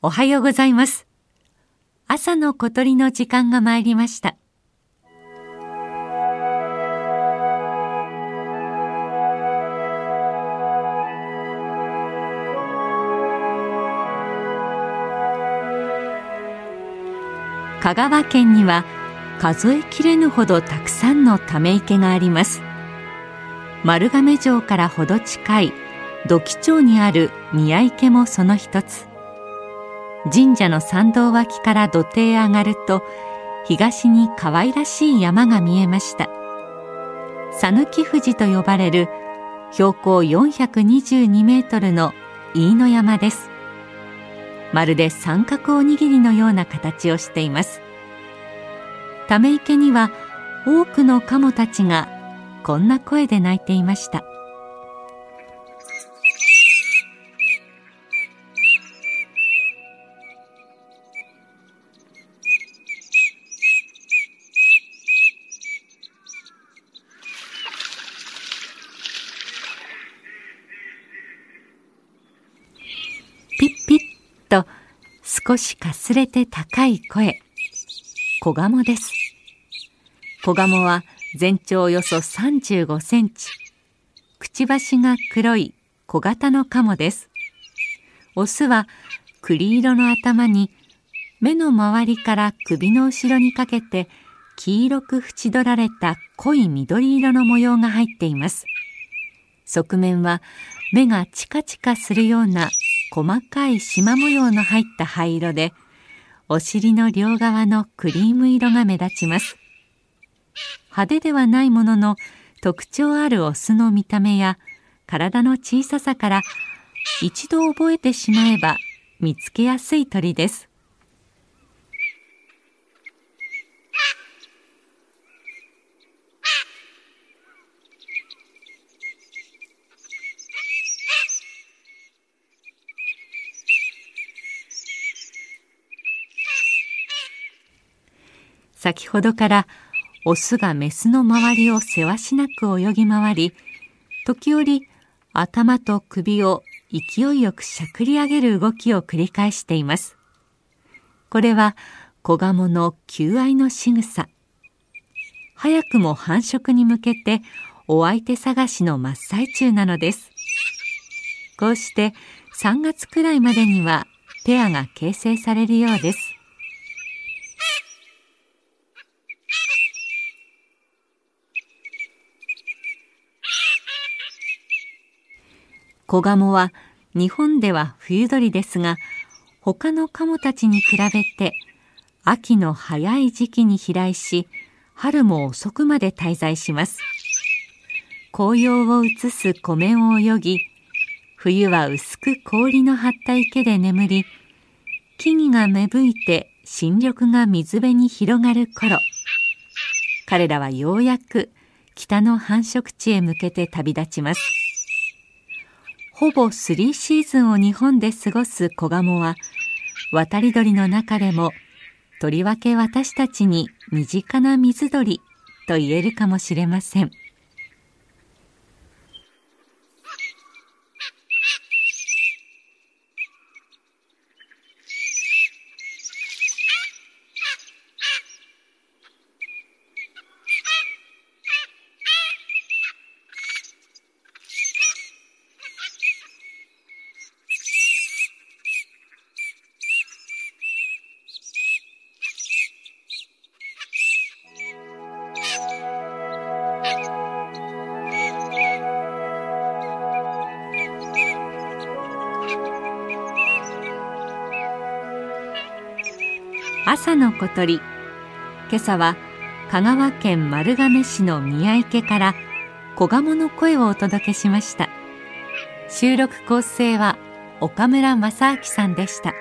おはようございます。朝の小鳥の時間が参りました。香川県には数えきれぬほどたくさんのため池があります。丸亀城からほど近い土器町にある宮池もその一つ。神社の参道脇から土手へ上がると、東に可愛らしい山が見えました。讃岐富士と呼ばれる標高422メートルの飯野山です。まるで三角おにぎりのような形をしています。ため池には多くのカモたちがこんな声で鳴いていました。ピッピッと少しかすれて高い声、子ガモです。子ガモは全長およそ35センチ、くちばしが黒い小型のカモです。オスは栗色の頭に目の周りから首の後ろにかけて黄色く縁取られた濃い緑色の模様が入っています。側面は目がチカチカするような細かい縞模様の入った灰色で、お尻の両側のクリーム色が目立ちます。派手ではないものの特徴あるオスの見た目や体の小ささから、一度覚えてしまえば見つけやすい鳥です。先ほどからオスがメスの周りをせわしなく泳ぎ回り、時折頭と首を勢いよくしゃくり上げる動きを繰り返しています。これは子ガモの求愛の仕草。早くも繁殖に向けてお相手探しの真っ最中なのです。こうして3月くらいまでにはペアが形成されるようです。子ガモは日本では冬鳥ですが、他のカモたちに比べて秋の早い時期に飛来し、春も遅くまで滞在します。紅葉を映す湖面を泳ぎ、冬は薄く氷の張った池で眠り、木々が芽吹いて新緑が水辺に広がる頃、彼らはようやく北の繁殖地へ向けて旅立ちます。ほぼ3シーズンを日本で過ごす子ガモは、渡り鳥の中でもとりわけ私たちに身近な水鳥と言えるかもしれません。朝の小鳥。今朝は香川県丸亀市の宮池から子ガモの声をお届けしました。収録構成は岡村正明さんでした。